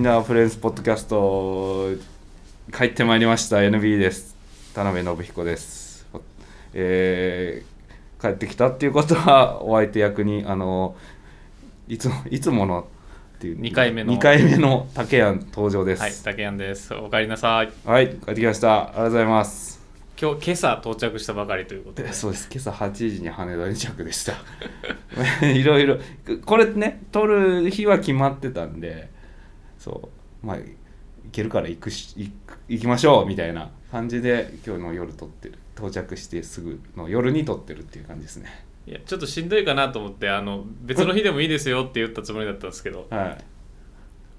ンナーフレンズポッドキャスト帰ってまいりました。 NB です。田辺信彦です。帰ってきたっていうことはお相手役にいつものっていう 2回目の竹谷登場です。 はい、竹谷です。お帰りなさい。 はい、帰ってきました。ありがとうございます。 今朝到着したばかりということで。 そうです。今朝8時に羽田に着でしたいろいろこれね、撮る日は決まってたんで、そうまあ行けるから行きましょうみたいな感じで今日の夜撮ってる。到着してすぐの夜に撮ってるっていう感じですね。 いやちょっとしんどいかなと思って別の日でもいいですよって言ったつもりだったんですけど、 はい、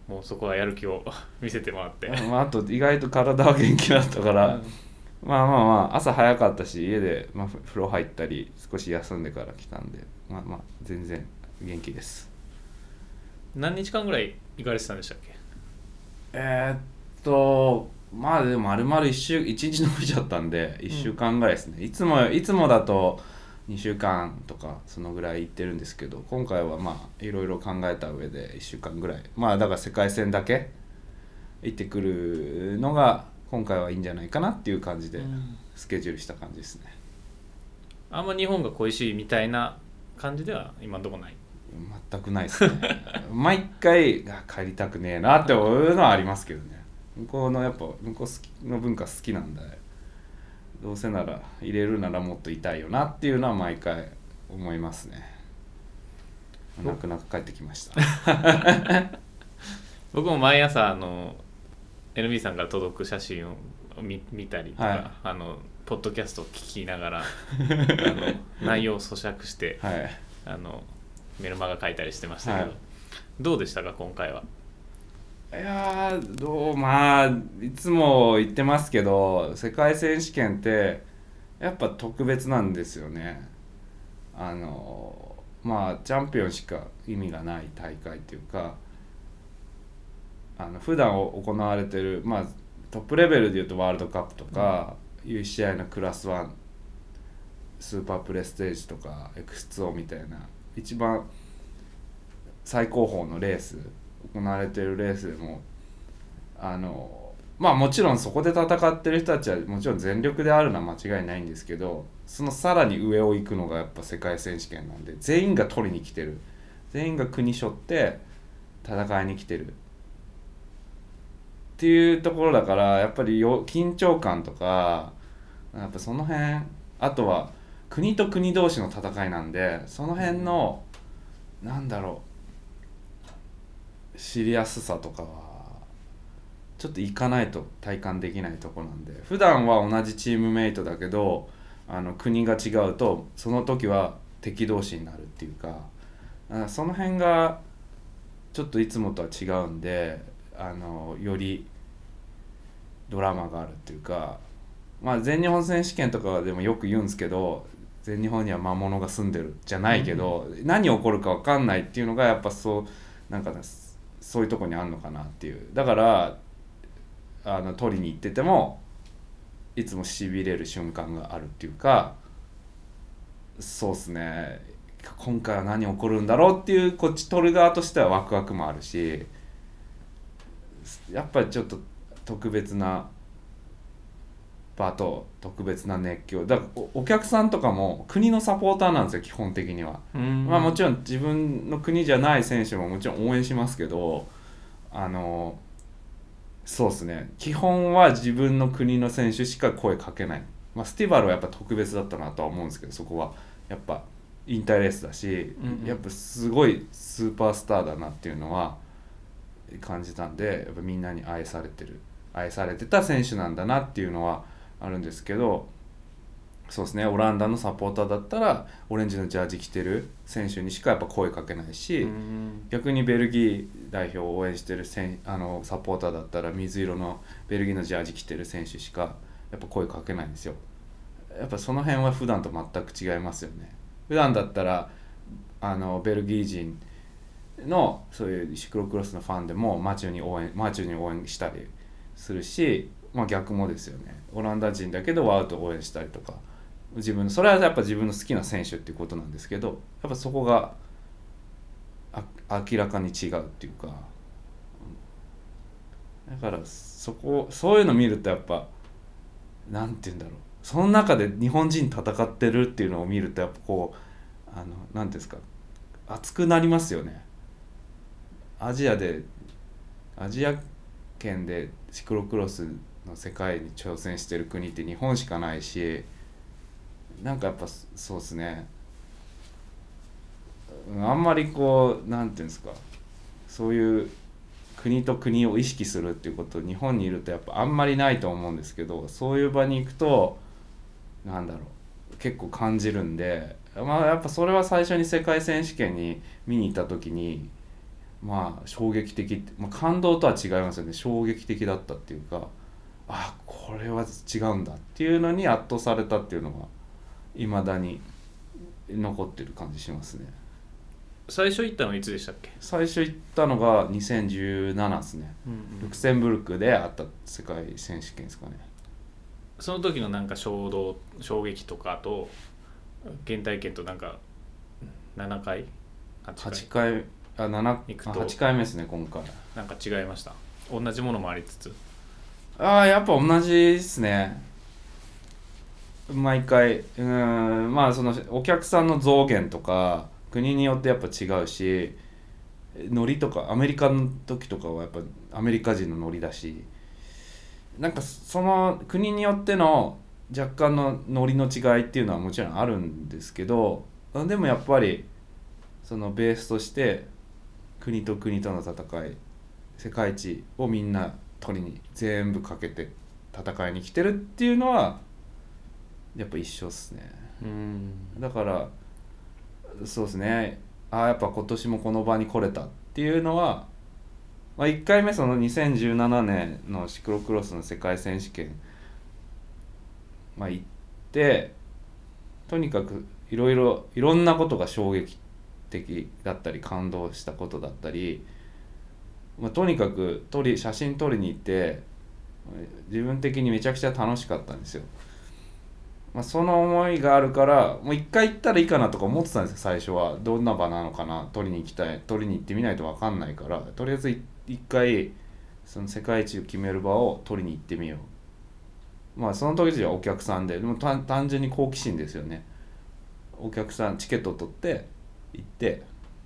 もうそこはやる気を見せてもらって、 あと意外と体は元気だったから、まあ朝早かったし家で、風呂入ったり少し休んでから来たんで、全然元気です。 何日間ぐらい行かれてたんでしたっけ？ でも丸々1日伸びちゃったんで1週間ぐらいですね、いつもだと2週間とかそのぐらい行ってるんですけど、今回はいろいろ考えた上で1週間ぐらい、だから世界戦だけ行ってくるのが今回はいいんじゃないかなっていう感じでスケジュールした感じですね。 あんま日本が恋しいみたいな感じでは今んとこない？ 全くないですね毎回帰りたくねえなって思うのはありますけどね。向こうの文化好きなんで、どうせなら入れるならもっといたいよなっていうのは毎回思いますね。泣く泣く帰ってきました僕も毎朝NB さんから届く写真を見たりとか、 はい、 ポッドキャストを聞きながら内容を咀嚼して、 はい、 メルマガ書いたりしてましたけど、どうでしたか今回は？ いやいつも言ってますけど、世界選手権ってやっぱ特別なんですよね。チャンピオンしか意味がない大会っていうか、普段行われてる、トップレベルでいうとワールドカップとか、UCI のクラス1スーパープレステージとか X2O みたいな一番最高峰のレース行われてるレースでももちろんそこで戦ってる人たちはもちろん全力であるのは間違いないんですけど、そのさらに上を行くのがやっぱ世界選手権なんで、全員が取りに来てる、全員が国背負って戦いに来てるっていうところだから、やっぱり緊張感とかやっぱその辺、あとは国と国同士の戦いなんで、その辺の知りやすさとかはちょっと行かないと体感できないところなんで、普段は同じチームメイトだけど国が違うとその時は敵同士になるっていうか、その辺がちょっといつもとは違うんで、よりドラマがあるっていうか、全日本選手権とかでもよく言うんですけど、全日本には魔物が住んでるじゃないけど、何起こるか分かんないっていうのがやっぱそういうとこにあるのかなっていう。だから取りに行っててもいつもしびれる瞬間があるっていうか、そうっすね、今回は何起こるんだろうっていう、こっち取る側としてはワクワクもあるし、やっぱりちょっと特別な場と特別な熱狂だから、お客さんとかも国のサポーターなんですよ基本的には。もちろん自分の国じゃない選手ももちろん応援しますけど、そうですね、基本は自分の国の選手しか声かけない。スティバルはやっぱ特別だったなとは思うんですけど、そこはやっぱ引退レースだし、やっぱすごいスーパースターだなっていうのは感じたんで、やっぱみんなに愛されてた選手なんだなっていうのはあるんですけど、そうですね、オランダのサポーターだったらオレンジのジャージ着てる選手にしかやっぱ声かけないし、逆にベルギー代表を応援してるサポーターだったら水色のベルギーのジャージ着てる選手しかやっぱ声かけないんですよ。やっぱその辺は普段と全く違いますよね。普段だったらベルギー人のそういうシクロクロスのファンでもマチューに応援したりするし、逆もですよね。オランダ人だけどワウトを応援したりとか、それはやっぱ自分の好きな選手っていうことなんですけど、やっぱそこが明らかに違うっていうか、 だからそういうの見るとやっぱなんて言うんだろう、その中で日本人戦ってるっていうのを見るとやっぱこうなんていうんですか、熱くなりますよね。アジア圏でシクロクロスの世界に挑戦してる国って日本しかないし、なんかやっぱそうですね、あんまりこうなんていうんですか、そういう国と国を意識するっていうこと日本にいるとやっぱあんまりないと思うんですけど、そういう場に行くとなんだろう結構感じるんで、まあやっぱそれは最初に世界選手権に見に行った時にまあ衝撃的、まあ、感動とは違いますよね。衝撃的だったっていうか、あこれは違うんだっていうのに圧倒されたっていうのが未だに残ってる感じしますね。 最初行ったのいつでしたっけ？ 最初行ったのが2017ですね、ルクセンブルクであった世界選手権ですかね。 その時のなんか衝撃とかと原体験となんか7回 8回8回目ですね今回。 なんか違いました？同じものもありつつ。 やっぱ同じですね毎回。まあそのお客さんの増減とか国によってやっぱ違うし、ノリとかアメリカの時とかはやっぱアメリカ人のノリだし、なんかその国によっての若干のノリの違いっていうのはもちろんあるんですけど、でもやっぱりそのベースとして国と国との戦い、世界一をみんな取りに全部かけて戦いに来てるっていうのはやっぱ一緒っすね。だからそうですね、やっぱ今年もこの場に来れたっていうのは、まあ、1回目その2017年のシクロクロスの世界選手権、まあ、行ってとにかくいろんなことが衝撃的だったり感動したことだったり、まあ、とにかく写真撮りに行って自分的にめちゃくちゃ楽しかったんですよ。まあ、その思いがあるからもう一回行ったらいいかなとか思ってたんですよ最初は。どんな場なのかな、取りに行ってみないと分かんないから、とりあえず一回その世界一を決める場を取りに行ってみよう。まあその時はお客さんでも単純に好奇心ですよね。お客さんチケットを取って行って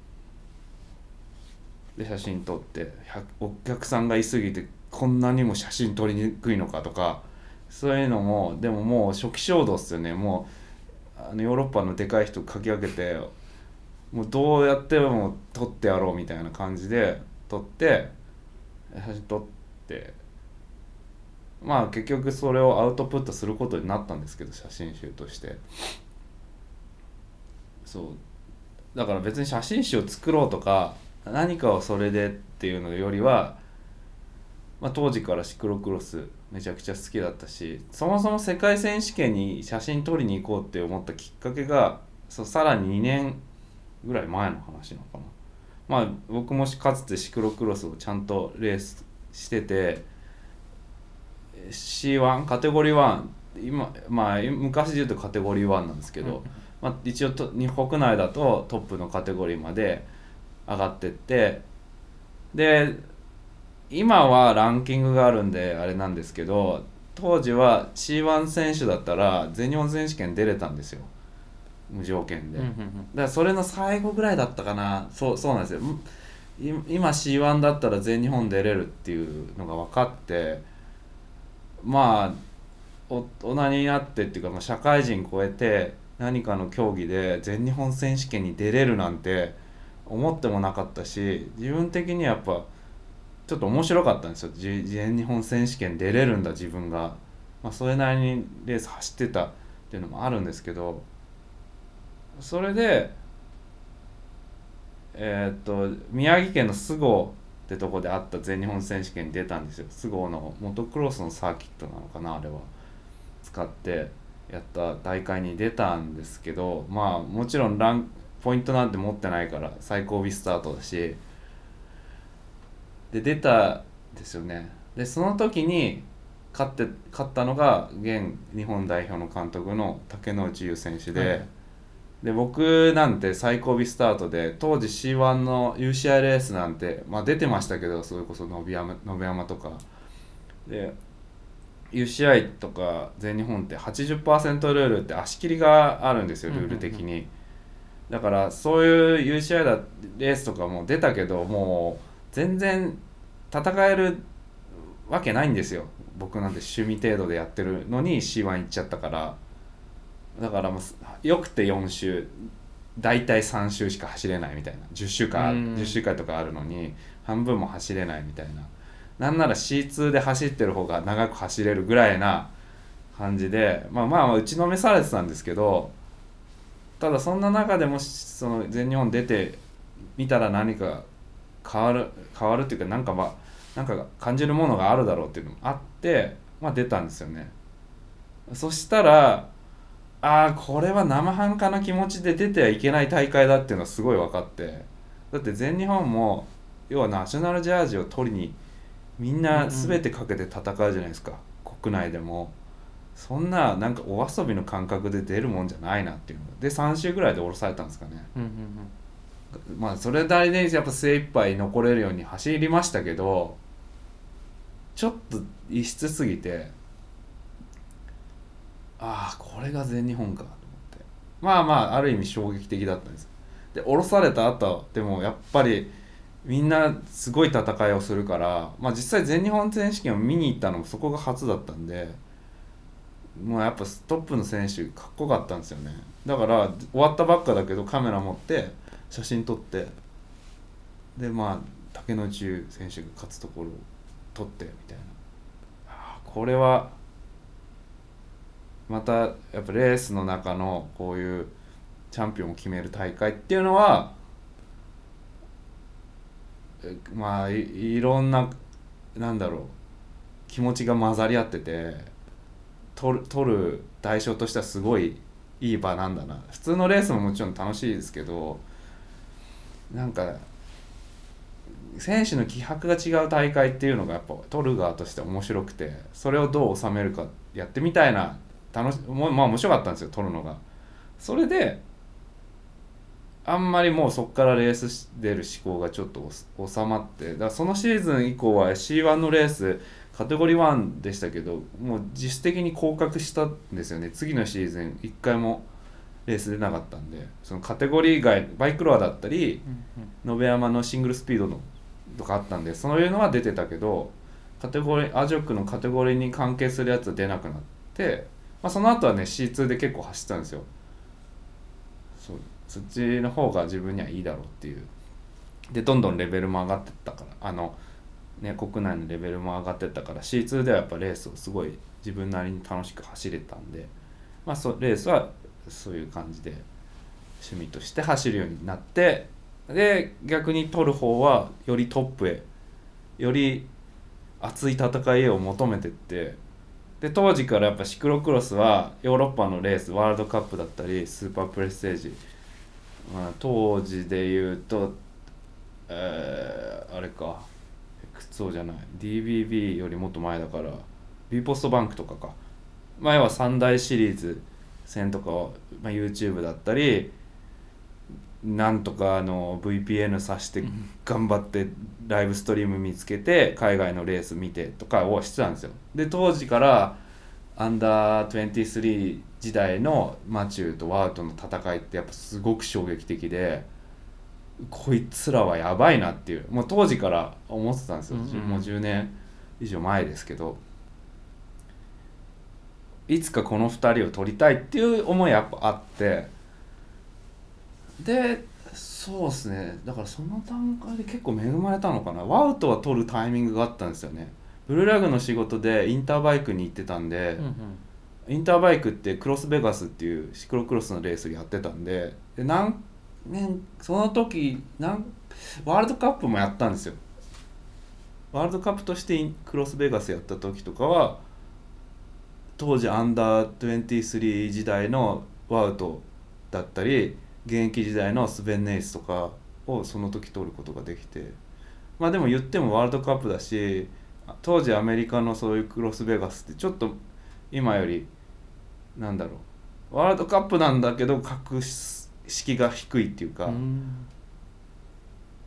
で写真撮って、お客さんがいすぎてこんなにも写真撮りにくいのかとか、そういうのもでももう初期衝動っすよね。もうヨーロッパのでかい人かき分けてもうどうやっても撮ってやろうみたいな感じで撮って写真撮って、まあ結局それをアウトプットすることになったんですけど、写真集として。そうだから別に写真集を作ろうとか何かをそれでっていうのよりは、まあ、当時からシクロクロスめちゃくちゃ好きだったし、そもそも世界選手権に写真撮りに行こうって思ったきっかけがさらに2年ぐらい前の話なのかな。まあ僕もかつてシクロクロスをちゃんとレースしてて C1 カテゴリー1、今まあ昔で言うとカテゴリー1なんですけど、まあ、一応国内だとトップのカテゴリーまで上がってって、で今はランキングがあるんであれなんですけど、当時は C1 選手だったら全日本選手権出れたんですよ無条件で。だからそれの最後ぐらいだったかな。そうなんですよ。今 C1 だったら全日本出れるっていうのが分かって、まあ大人になってっていうか、まあ、社会人超えて何かの競技で全日本選手権に出れるなんて思ってもなかったし、自分的にはやっぱちょっと面白かったんですよ。全日本選手権出れるんだ自分が、まあ、それなりにレース走ってたっていうのもあるんですけど、それで宮城県の菅生ってとこであった全日本選手権に出たんですよ。菅生のモトクロスのサーキットなのかな、あれは使ってやった大会に出たんですけど、まあもちろんポイントなんて持ってないから最後尾スタートだしで出たんですよね。でその時に勝ったのが現日本代表の監督の竹野内優選手で、で僕なんて最後尾スタートで当時 C1 の UCI レースなんて、まあ、出てましたけど、それこそ延山とかで UCI とか全日本って 80% ルールって足切りがあるんですよ、ルール的に。だからそういう UCI レースとかも出たけど、もう全然戦えるわけないんですよ。僕なんて趣味程度でやってるのに C1 行っちゃったから。だからもうよくて4周、大体3周しか走れないみたいな、10周回とかあるのに半分も走れないみたいな、なんなら C2 で走ってる方が長く走れるぐらいな感じで、まあまあ打ちのめされてたんですけど、ただそんな中でもその全日本出てみたら何か変わるっていうか、なんか感じるものがあるだろうっていうのもあって、まあ出たんですよね。そしたらこれは生半可な気持ちで出てはいけない大会だっていうのはすごい分かって。だって全日本も要はナショナルジャージを取りにみんな全てかけて戦うじゃないですか、国内でも。そんななんかお遊びの感覚で出るもんじゃないなっていうので、3週ぐらいで降ろされたんですかね。まあそれなりにやっぱ精一杯残れるように走りましたけど、ちょっと異質すぎて、これが全日本かと思って、まあまあある意味衝撃的だったんです。で降ろされた後でもやっぱりみんなすごい戦いをするから、まあ実際全日本選手権を見に行ったのもそこが初だったんで、もうやっぱトップの選手かっこよかったんですよね。だから終わったばっかだけどカメラ持って写真撮って、でまあ竹野内選手が勝つところを撮ってみたいな、これはまたやっぱレースの中のこういうチャンピオンを決める大会っていうのは、まあいろんな、なんだろう、気持ちが混ざり合ってて、取る代償としてはすごいいい場なんだな。普通のレースももちろん楽しいですけど、なんか選手の気迫が違う大会っていうのがやっぱ取る側として面白くて、それをどう収めるかやってみたいな、まあ面白かったんですよ、取るのが。それであんまりもうそこからレース出る思考がちょっと収まって、だからそのシーズン以降は C1 のレースカテゴリー1でしたけど、もう実質的に降格したんですよね。次のシーズン1回もレース出なかったんで、そのカテゴリー外、バイクロアだったり野辺山のシングルスピードのとかあったんで、そういうのは出てたけど、カテゴリーアジョックのカテゴリーに関係するやつは出なくなって、まあ、その後はね C2 で結構走ってたんですよ。そっちの方が自分にはいいだろうっていう。でどんどんレベルも上がってったから、国内のレベルも上がってったから C2 ではやっぱレースをすごい自分なりに楽しく走れたんで、まあレースはそういう感じで趣味として走るようになって、で逆に取る方はよりトップへ、より熱い戦いを求めてって、で当時からやっぱシクロクロスはヨーロッパのレース、ワールドカップだったりスーパープレステージ、まあ、当時で言うと、あれか、XO じゃない、 DBB よりもっと前だから B ポストバンクとかか、前は3大シリーズ戦とかを、まあ、YouTube だったりなんとかVPN さして頑張ってライブストリーム見つけて海外のレース見てとかをしてたんですよ。で当時からアンダー23時代のマチューとワウとの戦いってやっぱすごく衝撃的で、こいつらはやばいなっていう、もう当時から思ってたんですよ、もう10年以上前ですけど、いつかこの2人を取りたいっていう思いやっぱあって、でそうですね、だからその段階で結構恵まれたのかな。ワウトは取るタイミングがあったんですよね。ブルーラグの仕事でインターバイクに行ってたんで、インターバイクってクロスベガスっていうシクロクロスのレースやってたんで、何年その時ワールドカップもやったんですよ。ワールドカップとしてクロスベガスやった時とかは当時アンダー23時代のワウトだったり現役時代のスベン・ネイスとかをその時取ることができて、まあでも言ってもワールドカップだし、当時アメリカのそういうクロスベガスってちょっと今よりなんだろう、ワールドカップなんだけど格式が低いっていうか、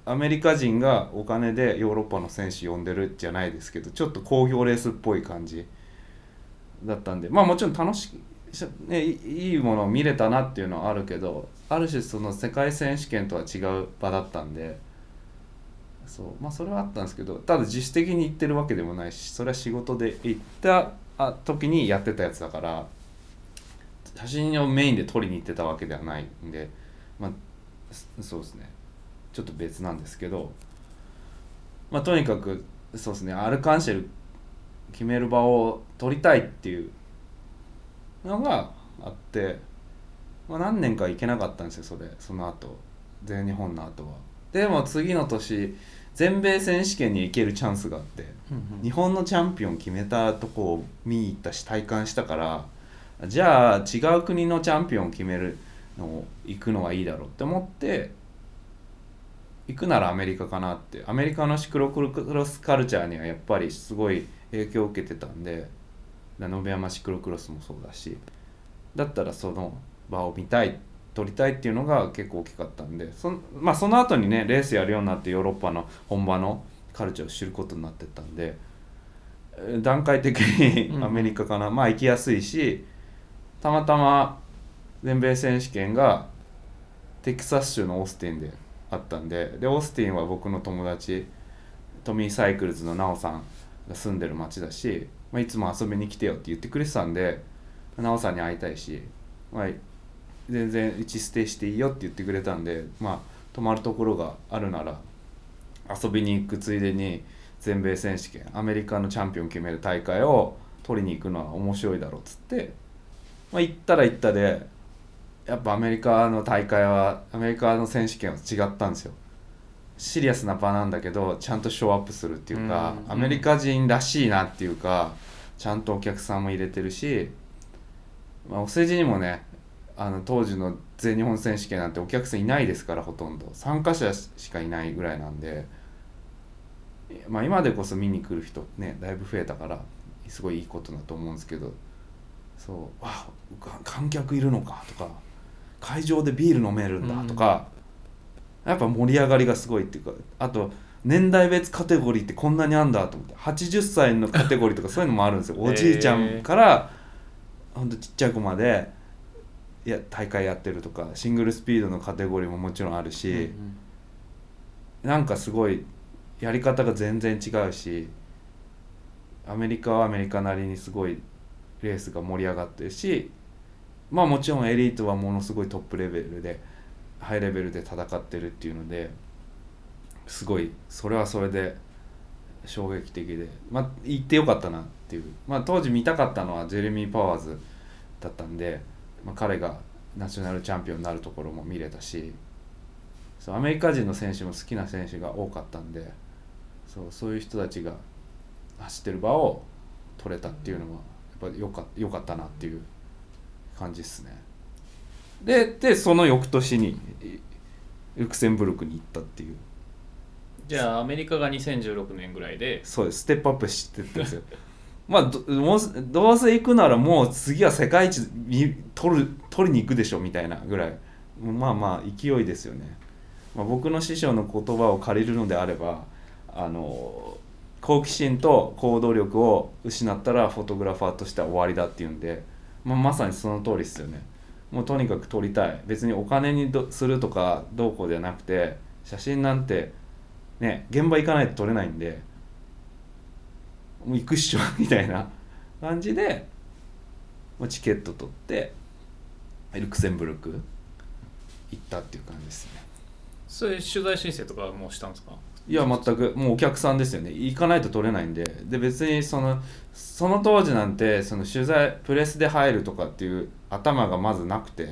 アメリカ人がお金でヨーロッパの選手呼んでるじゃないですけど、ちょっと工業レースっぽい感じだったんで、まあもちろん楽しい、ね、いいものを見れたなっていうのはあるけど、ある種その世界選手権とは違う場だったんで、そうまあそれはあったんですけど、ただ自主的に行ってるわけでもないし、それは仕事で行った時にやってたやつだから、写真をメインで撮りに行ってたわけではないんで、まあそうですね、ちょっと別なんですけど、まあとにかくそうですね、アルカンシェル決める場を取りたいっていうのがあって、まあ、何年か行けなかったんですよ、その後全日本の後は。でも次の年全米選手権に行けるチャンスがあって、日本のチャンピオン決めたとこを見に行ったし体感したから、じゃあ違う国のチャンピオンを決めるのを行くのはいいだろうって思って、行くならアメリカかなって。アメリカのシクロクロスカルチャーにはやっぱりすごい影響を受けてたんで、延山シクロクロスもそうだし、だったらその場を見たい、撮りたいっていうのが結構大きかったんで、まあその後にねレースやるようになってヨーロッパの本場のカルチャーを知ることになってったんで、段階的にアメリカかな、まあ行きやすいし、たまたま全米選手権がテキサス州のオースティンであったんで、オースティンは僕の友達トミーサイクルズのナオさんが住んでる町だし、まあ、いつも遊びに来てよって言ってくれてたんで、ナオさんに会いたいし、まあ、全然うちステイしていいよって言ってくれたんで、まあ泊まるところがあるなら遊びに行くついでに全米選手権アメリカのチャンピオン決める大会を取りに行くのは面白いだろうっつって、まあ、行ったら行ったで、やっぱアメリカの大会はアメリカの選手権は違ったんですよ。シリアスな場なんだけどちゃんとショーアップするっていうか、アメリカ人らしいなっていうか、ちゃんとお客さんも入れてるし、まあ、お世辞にもね、当時の全日本選手権なんてお客さんいないですから、ほとんど参加者しかいないぐらいなんで、まあ今でこそ見に来る人ねだいぶ増えたからすごいいいことだと思うんですけど、そう観客いるのかとか、会場でビール飲めるんだとか、やっぱ盛り上がりがすごいっていうか、あと年代別カテゴリーってこんなにあんだと思って、80歳のカテゴリーとかそういうのもあるんですよ。おじいちゃんからほんとちっちゃい子まで大会やってるとか、シングルスピードのカテゴリーももちろんあるし、なんかすごいやり方が全然違うし、アメリカはアメリカなりにすごいレースが盛り上がってるし、まあもちろんエリートはものすごいトップレベルでハイレベルで戦ってるっていうので、すごいそれはそれで衝撃的で、まあ行ってよかったなっていう。まあ当時見たかったのはジェレミー・パワーズだったんで、まあ、彼がナショナルチャンピオンになるところも見れたし、アメリカ人の選手も好きな選手が多かったんで、そういう人たちが走ってる場を取れたっていうのはやっぱりよかったなっていう感じですね。でその翌年にルクセンブルクに行ったっていう。 じゃあアメリカが2016年ぐらいで、 そうです、ステップアップしてったんですよ。まあどうせ行くならもう次は世界一取りに行くでしょみたいなぐらい、まあまあ勢いですよね。まあ、僕の師匠の言葉を借りるのであれば、好奇心と行動力を失ったらフォトグラファーとしては終わりだっていうんで、まあ、まさにその通りですよね。もうとにかく撮りたい、別にお金にするとかどうこうじゃなくて、写真なんてね現場行かないと撮れないんで、もう行くっしょみたいな感じでチケット取ってルクセンブルク行ったっていう感じですね。 それ取材申請とかもうしたんですか？ いや全く、もうお客さんですよね。行かないと取れないんで。で別にその当時なんてその取材プレスで入るとかっていう頭がまずなくて、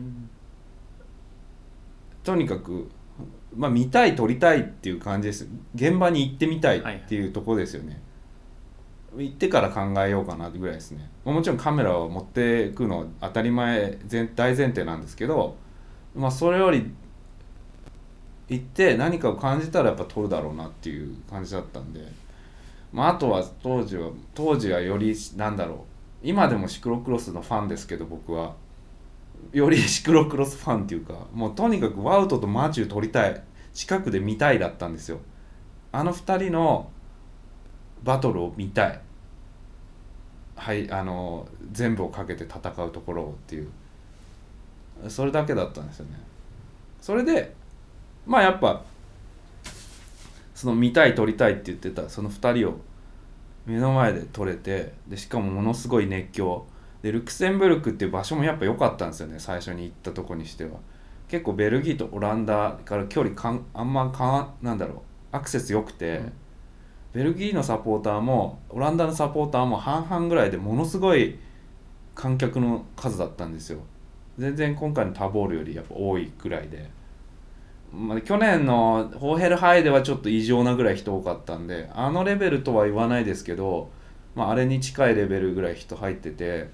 とにかくまあ見たい撮りたいっていう感じです。現場に行ってみたいっていうところですよね。行ってから考えようかなぐらいですね。もちろんカメラを持っていくのは当たり前大前提なんですけど、まあそれより行って何かを感じたらやっぱ撮るだろうなっていう感じだったんで、まああとは当時はよりなんだろう、今でもシクロクロスのファンですけど、僕はよりシクロクロスファンっていうか、もうとにかくワウトとマチュー撮りたい、 近くで見たいだったんですよ。あの2人のバトルを見たい、はい、全部をかけて戦うところっていう、それだけだったんですよね。それでまあやっぱその見たい撮りたいって言ってたその2人を目の前で撮れて、でしかもものすごい熱狂で、ルクセンブルクっていう場所もやっぱ良かったんですよね。最初に行ったとこにしては結構ベルギーとオランダから距離あんまなんだろう、アクセス良くて、ベルギーのサポーターもオランダのサポーターも半々ぐらいでものすごい観客の数だったんですよ。全然今回のタボールよりやっぱ多いぐらいで、去年のホーヘルハイではちょっと異常なぐらい人多かったんで、あのレベルとは言わないですけど、あれに近いレベルぐらい人入ってて、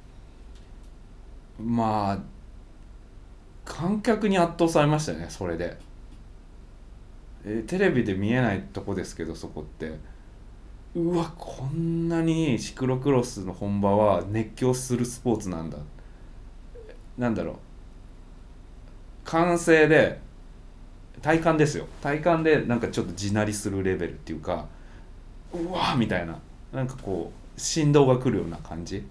まあ観客に圧倒されましたよね。それでテレビで見えないとこですけど、そこってうわ、こんなにシクロクロスの本場は熱狂するスポーツなんだ、なんだろう、完成で体感ですよ。体感でなんかちょっと地鳴りするレベルっていうか、うわーみたいな、なんかこう振動が来るような感じ。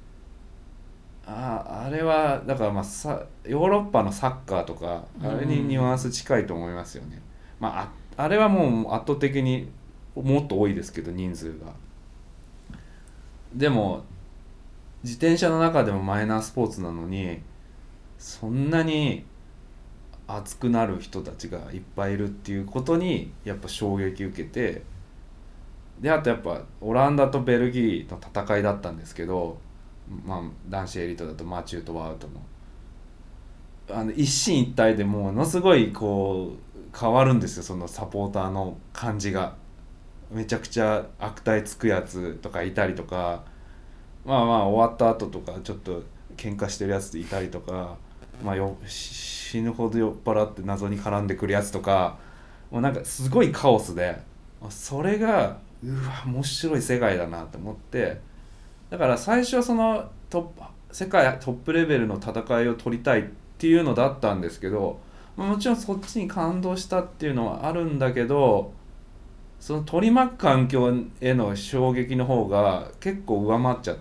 あれはだからヨーロッパのサッカーとかあれにニュアンス近いと思いますよね。あれはもう圧倒的にもっと多いですけど人数が。でも自転車の中でもマイナースポーツなのにそんなに熱くなる人たちがいっぱいいるっていうことにやっぱ衝撃受けて、であとやっぱオランダとベルギーの戦いだったんですけど、男子エリートだとマチューとワウトの一進一退でものすごいこう変わるんですよ。そのサポーターの感じがめちゃくちゃ悪態つくやつとかいたりとか、終わった後とかちょっと喧嘩してるやついたりとか、死ぬほど酔っ払って謎に絡んでくるやつとか、もうなんかすごいカオスで、それが面白い世界だなと思って、だから最初はその世界トップレベルの戦いを取りたいっていうのだったんですけど、もちろんそっちに感動したっていうのはあるんだけど、その取り巻く環境への衝撃の方が結構上回っちゃって、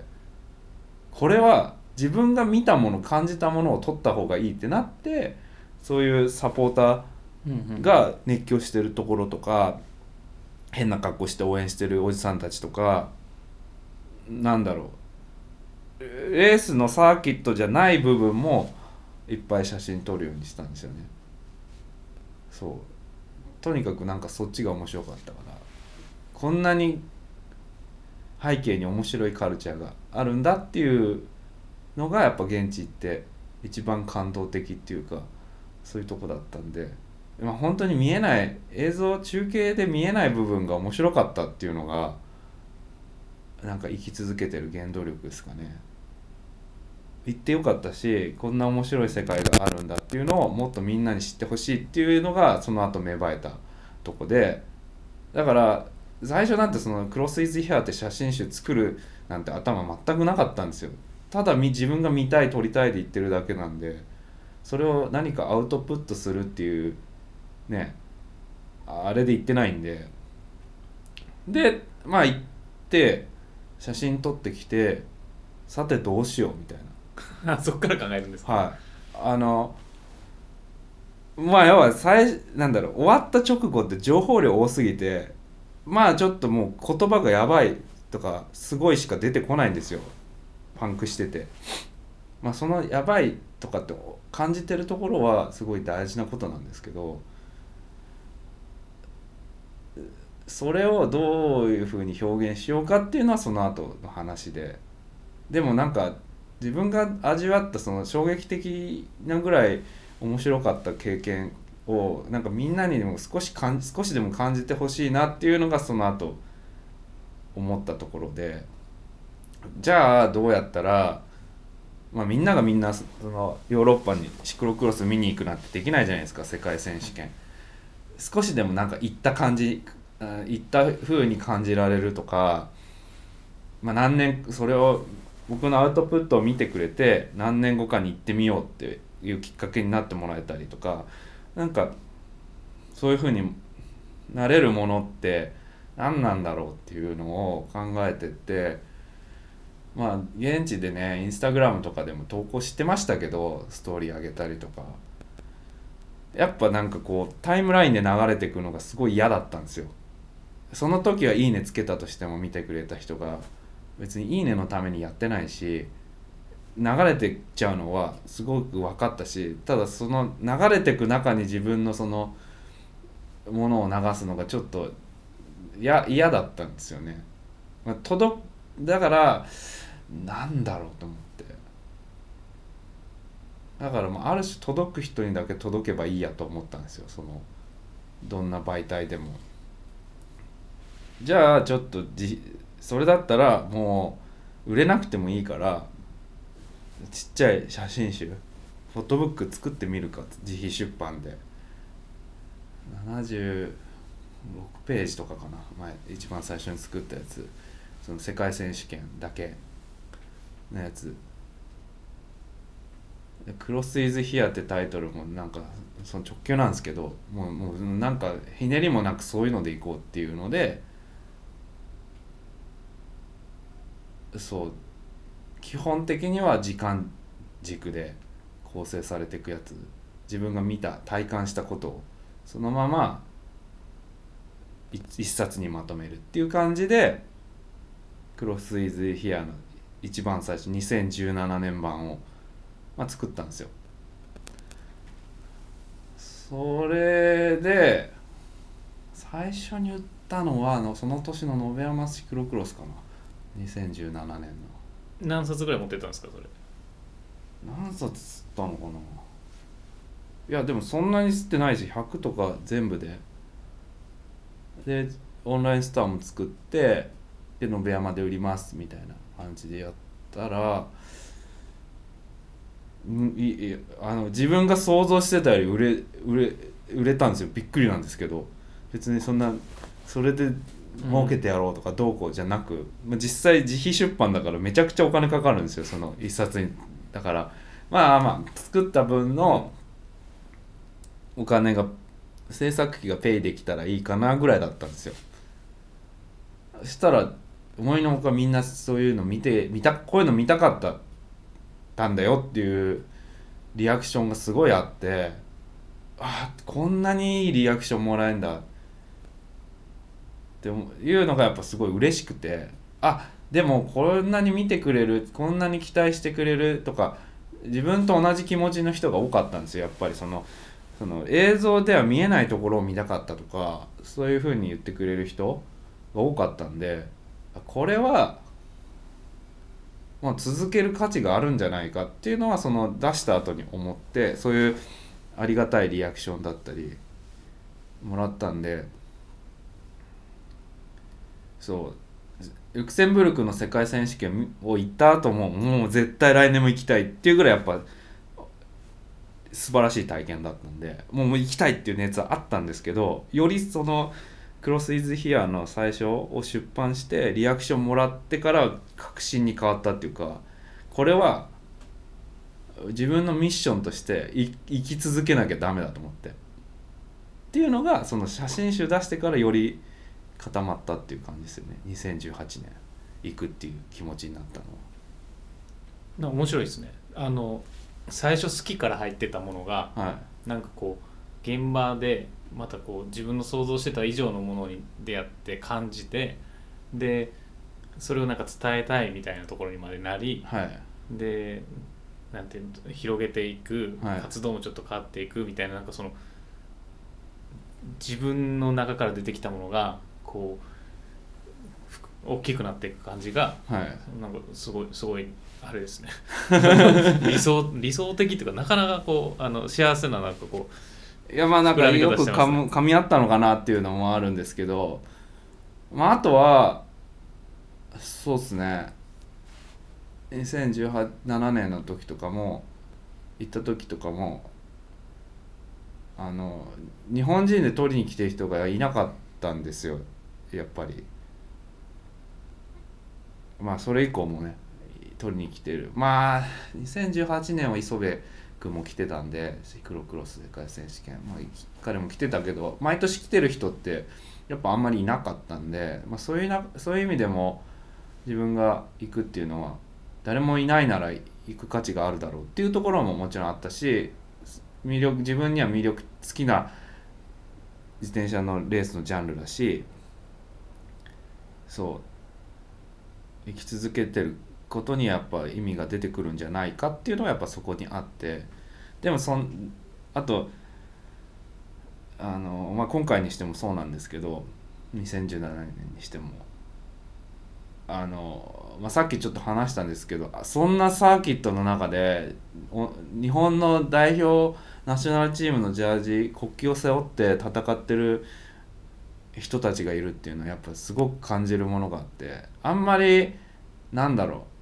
これは自分が見たもの感じたものを取った方がいいってなって、そういうサポーターが熱狂してるところとか、変な格好して応援してるおじさんたちとか、なんだろう、レースのサーキットじゃない部分もいっぱい写真撮るようにしたんですよね。そうとにかくなんかそっちが面白かったから、こんなに背景に面白いカルチャーがあるんだっていうのがやっぱ現地行って一番感動的っていうか、そういうとこだったんで、本当に見えない映像中継で見えない部分が面白かったっていうのがなんか生き続けてる原動力ですかね。行ってよかったし、こんな面白い世界があるんだっていうのをもっとみんなに知ってほしいっていうのがその後芽生えたとこで、だから最初なんてそのクロスイズヒアって写真集作るなんて頭全くなかったんですよ。ただ自分が見たい撮りたいで言ってるだけなんで、それを何かアウトプットするっていうね、あれで言ってないんで、行って写真撮ってきて、さてどうしようみたいあ、そっから考えるんですな。 か。 はい、要はなんだろう、終わった直後って情報量多すぎて、ちょっともう言葉がやばいとかすごいしか出てこないんですよ、パンクしてて。そのやばいとかって感じてるところはすごい大事なことなんですけど、それをどういうふうに表現しようかっていうのはその後の話で、でもなんか自分が味わったその衝撃的なぐらい面白かった経験をなんかみんなにでも少しでも感じてほしいなっていうのがその後思ったところで、じゃあどうやったら、みんながみんなそのヨーロッパにシクロクロス見に行くなんてできないじゃないですか、世界選手権。少しでもなんか行った風に感じられるとか、何年それを僕のアウトプットを見てくれて何年後かに行ってみようっていうきっかけになってもらえたりとか、なんかそういう風になれるものって何なんだろうっていうのを考えてって、まあ現地でねインスタグラムとかでも投稿してましたけど、ストーリー上げたりとか、やっぱなんかこうタイムラインで流れていくのがすごい嫌だったんですよ。その時はいいねつけたとしても見てくれた人が別にいいねのためにやってないし、流れてっちゃうのはすごく分かったし、ただその流れてく中に自分のそのものを流すのがちょっと嫌だったんですよね。まあ、だからなんだろうと思って、だからもうある種届く人にだけ届けばいいやと思ったんですよ。そのどんな媒体でも。じゃあちょっとそれだったらもう売れなくてもいいからちっちゃい写真集フォトブック作ってみるか、自費出版で76ページとかかな、前一番最初に作ったやつ、その世界選手権だけのやつ、クロスイズヒアってタイトルもなんかその直球なんですけど、もうなんかひねりもなくそういうのでいこうっていうので、そう基本的には時間軸で構成されていくやつ、自分が見た体感したことをそのまま一冊にまとめるっていう感じで、クロスイズヒアの一番最初2017年版を、作ったんですよ。それで最初に売ったのはその年の延山シクロクロスかな、2017年の。 何冊ぐらい持ってたんですかそれ？ 何冊吸ったのかな。いやでもそんなに吸ってないし、100とか全部でオンラインストアも作って、で延山で売りますみたいな感じでやったら、自分が想像してたより売れたんですよ。びっくりなんですけど、別にそんなそれで儲けてやろうとかどうこうじゃなく、実際自費出版だからめちゃくちゃお金かかるんですよ、その一冊に。だから作った分のお金が制作費がペイできたらいいかなぐらいだったんですよ。そしたら思いのほかみんなそういうのこういうの見たかったんだよっていうリアクションがすごいあって、こんなにいいリアクションもらえるんだっていうのがやっぱすごい嬉しくて、でもこんなに見てくれる、こんなに期待してくれるとか、自分と同じ気持ちの人が多かったんですよ。やっぱりその映像では見えないところを見たかったとか、そういう風に言ってくれる人が多かったんで、これは続ける価値があるんじゃないかっていうのはその出した後に思って、そういうありがたいリアクションだったりもらったんで、そうルクセンブルクの世界選手権を行った後ももう絶対来年も行きたいっていうぐらいやっぱ素晴らしい体験だったんで、もう行きたいっていう熱はあったんですけど、よりそのクロスイズヒアの最初を出版してリアクションもらってから確信に変わったっていうか、これは自分のミッションとして生き続けなきゃダメだと思ってっていうのが、その写真集出してからより固まったっていう感じですよね。2018年行くっていう気持ちになったのは。 面白いですね。最初好きから入ってたものが、なんかこう現場でまたこう自分の想像してた以上のものに出会って感じて、でそれをなんか伝えたいみたいなところにまでなり、でなんて広げていく、活動もちょっと変わっていくみたいな、なんかその自分の中から出てきたものがこう大きくなっていく感じが、なんかすごいあれですね理想的っていうか、なかなかこう幸せな、なんかこう、 いやなんかよく噛み合ったのかなっていうのもあるんですけど、あとはそうですね、2017年の時とかも行った時とかも日本人で取りに来てる人がいなかったんですよ、やっぱり。それ以降もね取りに来てる。2018年は磯部君も来てたんで、シクロクロス世界選手権、彼も来てたけど毎年来てる人ってやっぱあんまりいなかったんで、そういう意味でも自分が行くっていうのは誰もいないなら行く価値があるだろうっていうところももちろんあったし、自分には好きな自転車のレースのジャンルだし、そう生き続けてることにやっぱ意味が出てくるんじゃないかっていうのはやっぱそこにあって、でもあと今回にしてもそうなんですけど、2017年にしてもさっきちょっと話したんですけど、そんなサーキットの中で日本の代表ナショナルチームのジャージ国旗を背負って戦ってる人たちがいるっていうのはやっぱすごく感じるものがあって、あんまりなんだろ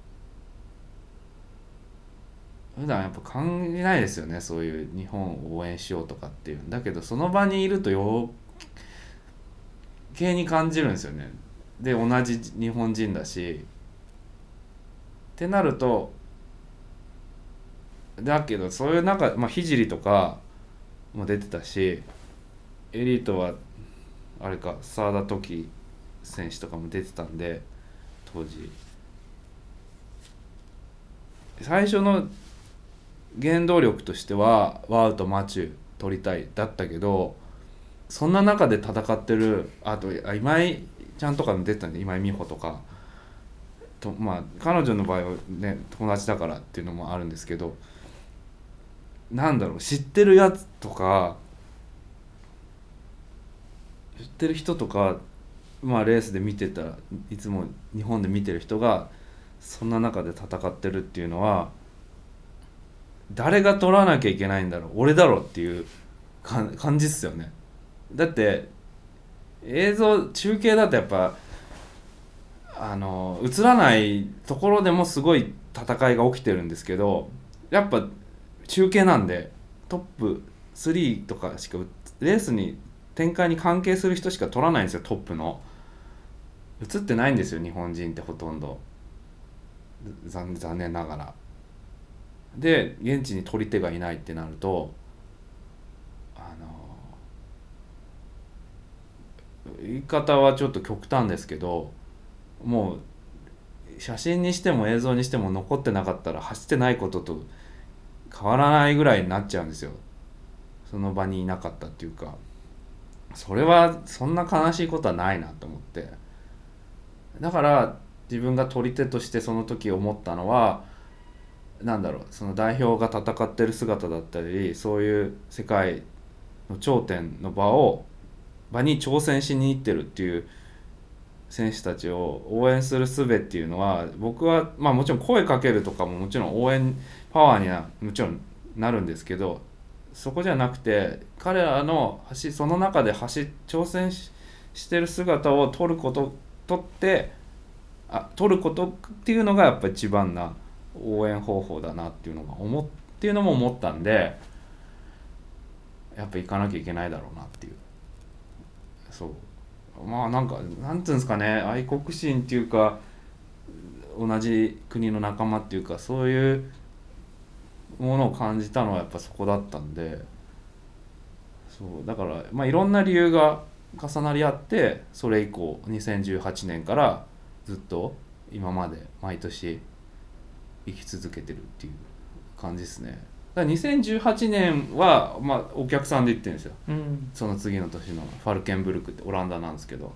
う、普段やっぱ感じないですよね、そういう日本を応援しようとかっていう。だけどその場にいると余計に感じるんですよね。で同じ日本人だしってなると、だけどそういう中、聖とかも出てたし、エリートはあれか澤田時選手とかも出てたんで、当時最初の原動力としてはワウとマチュ取りたいだったけど、そんな中で戦ってる、あと今井ちゃんとかも出てたんで、今井美穂とかと、彼女の場合はね友達だからっていうのもあるんですけど、なんだろう、知ってるやつとか知ってる人とか、レースで見てたらいつも日本で見てる人がそんな中で戦ってるっていうのは、誰が取らなきゃいけないんだろう、俺だろうっていう感じっすよね。だって中継だとやっぱ映らないところでもすごい戦いが起きてるんですけど、やっぱ中継なんでトップ3とかしかレースに展開に関係する人しか取らないんですよ。トップの映ってないんですよ日本人ってほとんど、残念ながら。で現地に取り手がいないってなると、言い方はちょっと極端ですけど、もう写真にしても映像にしても残ってなかったら走ってないことと変わらないぐらいになっちゃうんですよ、その場にいなかったっていうか。それはそんな悲しいことはないなと思って、だから自分が取り手としてその時思ったのは、なんだろう、その代表が戦ってる姿だったり、そういう世界の頂点の場に挑戦しに行ってるっていう選手たちを応援する術っていうのは、僕はもちろん声かけるとかももちろん応援パワーにはもちろんなるんですけど、そこじゃなくて彼らのその中で挑戦してる姿を撮ることっていうのがやっぱ一番な応援方法だなっていうのも思ったんで、やっぱ行かなきゃいけないだろうなっていう。そうなんていうんですかね、愛国心っていうか、同じ国の仲間っていうか、そういうものを感じたのはやっぱそこだったんで、そうだからいろんな理由が重なり合って、それ以降2018年からずっと今まで毎年生き続けてるっていう感じですね。だから2018年はお客さんで行ってるんですよ、その次の年のファルケンブルクってオランダなんですけど、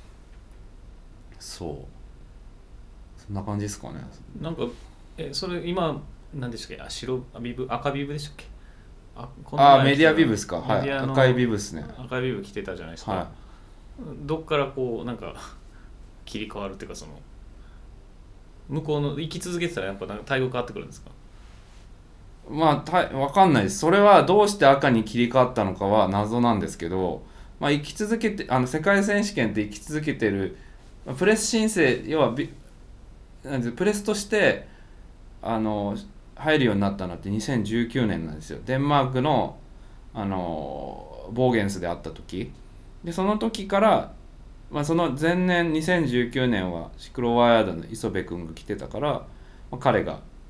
そんな感じですかね。 なんかそれ今何でしたっけ、赤ビブでしたっけ。 メディアビブですか。はい、赤いビブですね。 赤いビブ着てたじゃないですか、はい、どっからこうなんか切り替わるっていうか、その向こうの生き続けてたらやっぱ態度変わってくるんですか。 分かんないです。それはどうして赤に切り替わったのかは謎なんですけど、生き続けて世界選手権って生き続けてる、プレス申請、要はプレスとして入るようになったのって2019年なんですよ。デンマークのボーゲンスで会った時で、その時から、その前年2019年はシクロワイヤードの磯部君が来てたから、彼が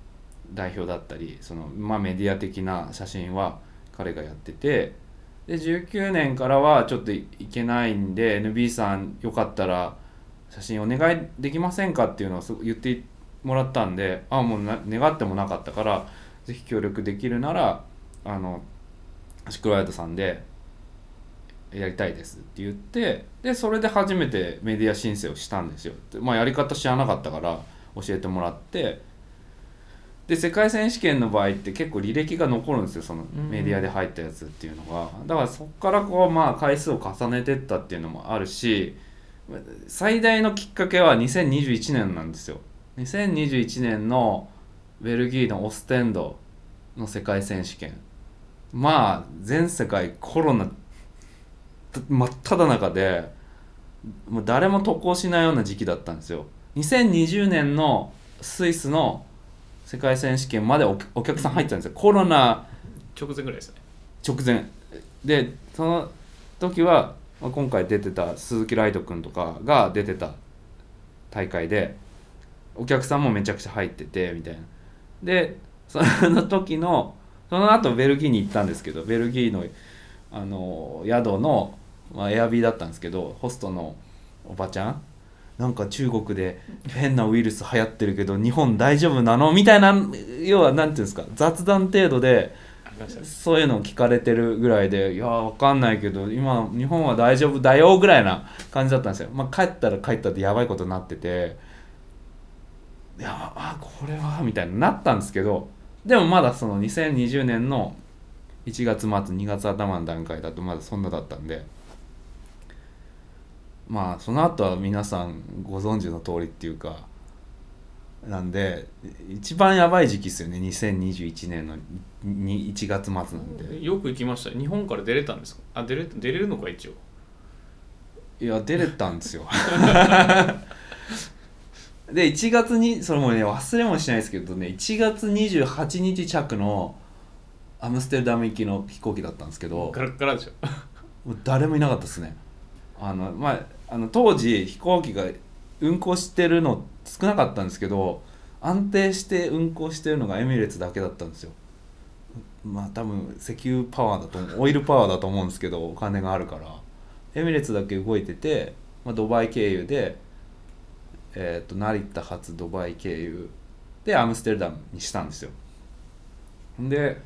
代表だったりメディア的な写真は彼がやってて、で19年からはちょっといけないんで NB さんよかったら写真お願いできませんかっていうのを言ってもらったんで、もう願ってもなかったからぜひ協力できるならシクロライトさんでやりたいですって言って、でそれで初めてメディア申請をしたんですよ。やり方知らなかったから教えてもらって、で世界選手権の場合って結構履歴が残るんですよ、そのメディアで入ったやつっていうのが。だからそこから回数を重ねてったっていうのもあるし、最大のきっかけは2021年なんですよ。2021年のベルギーのオステンドの世界選手権、全世界コロナ真っ只中でもう誰も渡航しないような時期だったんですよ。2020年のスイスの世界選手権までお客さん入ってたんですよ、コロナ直前ぐらいですね。 直前で、その時は今回出てた鈴木ライト君とかが出てた大会でお客さんもめちゃくちゃ入っててみたいな。でその後ベルギーに行ったんですけど、ベルギーの宿の、エアビーだったんですけど、ホストのおばちゃんなんか中国で変なウイルス流行ってるけど日本大丈夫なのみたいな、要はなんていうんですか、雑談程度でそういうのを聞かれてるぐらいで、いやわかんないけど今日本は大丈夫だよぐらいな感じだったんですよ。帰ったらやばいことになってて、いやこれはみたいになったんですけど、でもまだその2020年の1月末2月頭の段階だとまだそんなだったんで、その後は皆さんご存知の通りっていうかなんで、一番やばい時期ですよね、2021年の1月末なんで。 よく行きました。日本から出れたんですか？出れるのか一応。 いや出れたんですよで1月にそれもね忘れもしないですけどね、1月28日着のアムステルダム行きの飛行機だったんですけど、 ガラッガラでしょもう誰もいなかったですね。当時飛行機が運航してるの少なかったんですけど、安定して運航してるのがエミレーツだけだったんですよ。多分石油パワーだと思う、オイルパワーだと思うんですけど、お金があるからエミレーツだけ動いてて、ドバイ経由で、成田発ドバイ経由でアムステルダムにしたんですよ。で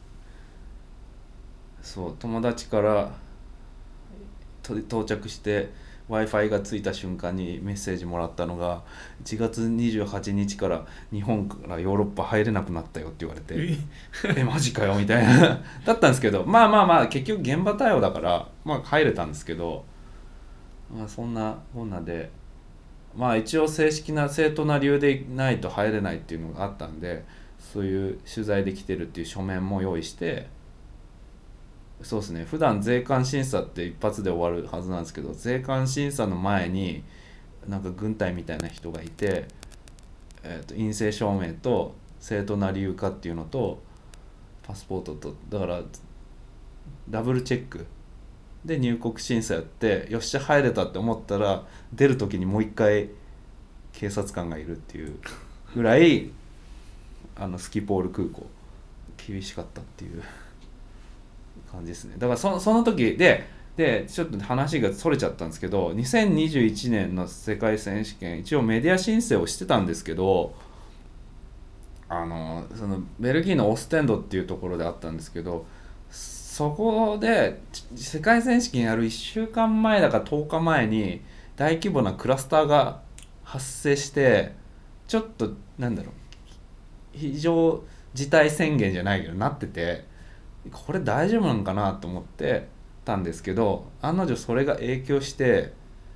友達から到着して Wi-Fi がついた瞬間にメッセージもらったのが、1月28日から日本からヨーロッパ入れなくなったよって言われてマジかよみたいなだったんですけど、結局現場対応だから入れたんですけど、そんなこんなで一応正式な正当な理由でないと入れないっていうのがあったんで、そういう取材できてるっていう書面も用意して、そうですね、普段税関審査って一発で終わるはずなんですけど、税関審査の前になんか軍隊みたいな人がいて、陰性証明と正当な理由かっていうのとパスポートと、だからダブルチェックで入国審査やって、よっしゃ入れたって思ったら出る時にもう一回警察官がいるっていうぐらいスキポール空港厳しかったっていう感じですね。だからその時でちょっと話がそれちゃったんですけど、2021年の世界選手権一応メディア申請をしてたんですけど、そのベルギーのオステンドっていうところであったんですけど、そこで世界選手権やる1週間前だか10日前に大規模なクラスターが発生して、ちょっと非常事態宣言じゃないけどなってて、これ大丈夫なのかなと思ってたんですけど、案の定それが影響して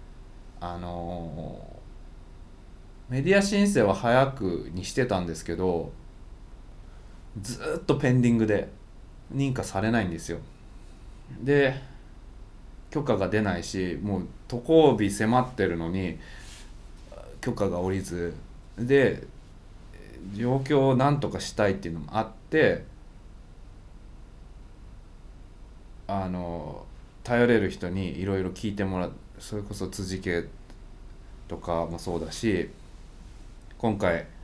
メディア申請は早くにしてたんですけど、ずっとペンディングで認可されないんですよ。で許可が出ないし、もう渡航日迫ってるのに許可が下りずで、状況をなんとかしたいっていうのもあって、頼れる人にいろいろ聞いてもらう、それこそ辻家とかもそうだし、今回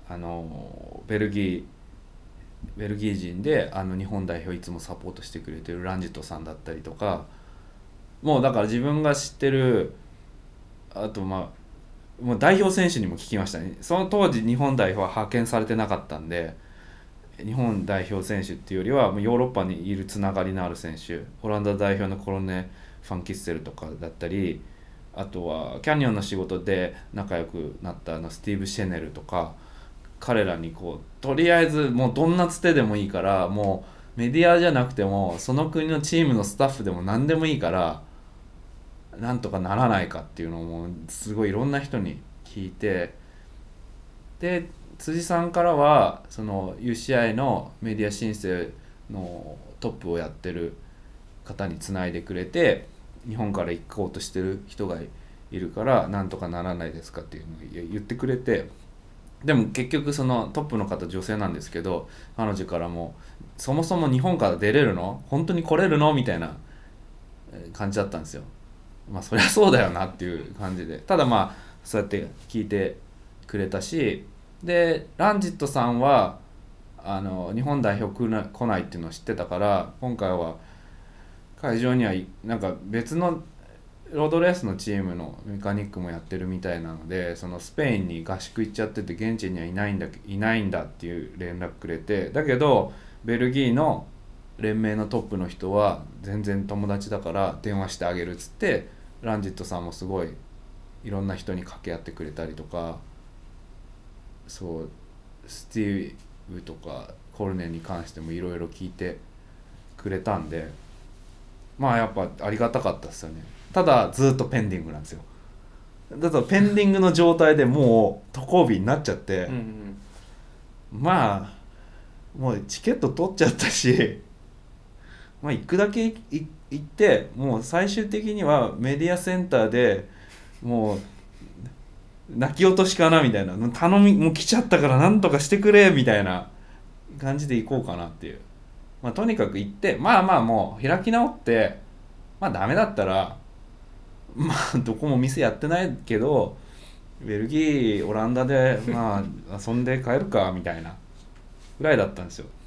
ベルギー人で日本代表いつもサポートしてくれてるランジットさんだったりとか、もうだから自分が知ってる、あともう代表選手にも聞きましたね。その当時日本代表は派遣されてなかったんで、日本代表選手っていうよりはもうヨーロッパにいるつながりのある選手、オランダ代表のコロネ・ファンキッセルとかだったり、あとはキャニオンの仕事で仲良くなったスティーブ・シェネルとか、彼らにとりあえずもうどんなつてでもいいから、もうメディアじゃなくてもその国のチームのスタッフでも何でもいいからなんとかならないかっていうのをもうすごいいろんな人に聞いて、で辻さんからはその UCI のメディア申請のトップをやってる方につないでくれて、日本から行こうとしてる人がいるからなんとかならないですかっていうのを言ってくれて、でも結局そのトップの方女性なんですけど、彼女からもそもそも日本から出れるの？本当に来れるの？みたいな感じだったんですよ。まあそりゃそうだよなっていう感じで、ただまあそうやって聞いてくれたし、でランジットさんは日本代表来ないっていうのを知ってたから、今回は会場にはなんか別のロードレースのチームのメカニックもやってるみたいなので、そのスペインに合宿行っちゃってて現地にはいないんだっていう連絡くれて、だけどベルギーの連盟のトップの人は全然友達だから電話してあげるっつって、ランジットさんもすごいいろんな人に掛け合ってくれたりとか、そうスティーブとかコルネに関してもいろいろ聞いてくれたんで、まあやっぱありがたかったですよね。ただずっとペンディングなんですよ。だからペンディングの状態でもう渡航日になっちゃって、まあもうチケット取っちゃったし、まあ行くだけ行って、もう最終的にはメディアセンターでもう泣き落としかなみたいな、頼みもう来ちゃったからなんとかしてくれみたいな感じで行こうかなっていう、まあとにかく行って、まあもう開き直って、まあダメだったらまあどこも店やってないけどベルギーオランダでまあ遊んで帰るかみたいなぐらいだったんですよ。